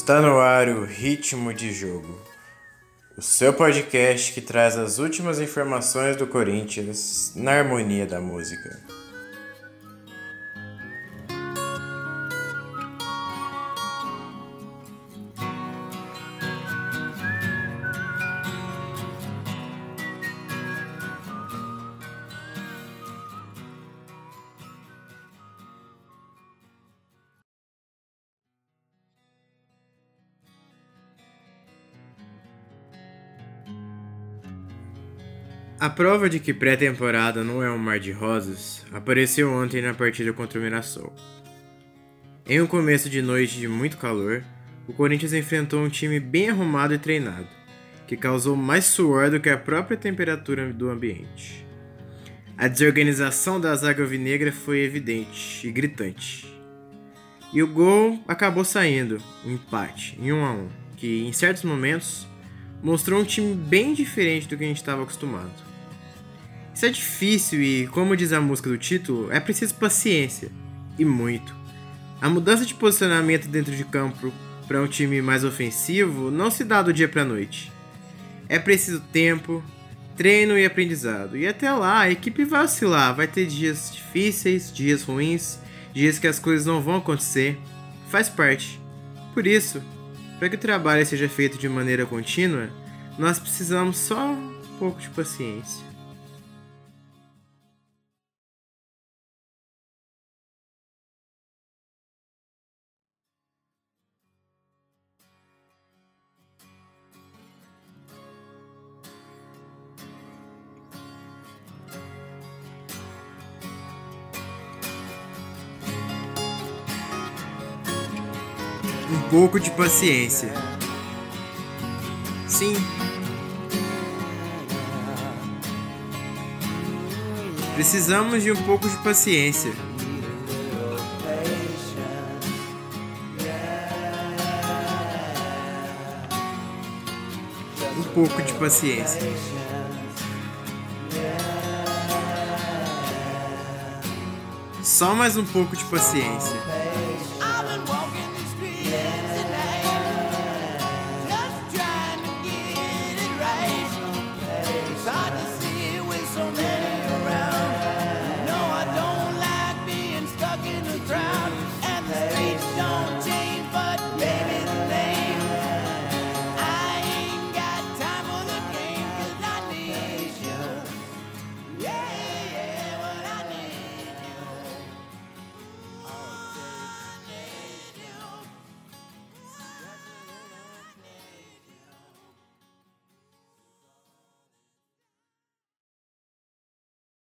Está no ar o Ritmo de Jogo, o seu podcast que traz as últimas informações do Corinthians na harmonia da música. A prova de que pré-temporada não é um mar de rosas apareceu ontem na partida contra o Mirassol. Em um começo de noite de muito calor, o Corinthians enfrentou um time bem arrumado e treinado, que causou mais suor do que a própria temperatura do ambiente. A desorganização da zaga alvinegra foi evidente e gritante. E o gol acabou saindo, um empate, em 1-1, que em certos momentos mostrou um time bem diferente do que a gente estava acostumado. Isso é difícil e, como diz a música do título, é preciso paciência, e muito. A mudança de posicionamento dentro de campo para um time mais ofensivo não se dá do dia para a noite. É preciso tempo, treino e aprendizado, e até lá a equipe vai oscilar, vai ter dias difíceis, dias ruins, dias que as coisas não vão acontecer, faz parte. Por isso, para que o trabalho seja feito de maneira contínua, nós precisamos só um pouco de paciência. Um pouco de paciência. Sim. Precisamos de um pouco de paciência. Um pouco de paciência. Só mais um pouco de paciência.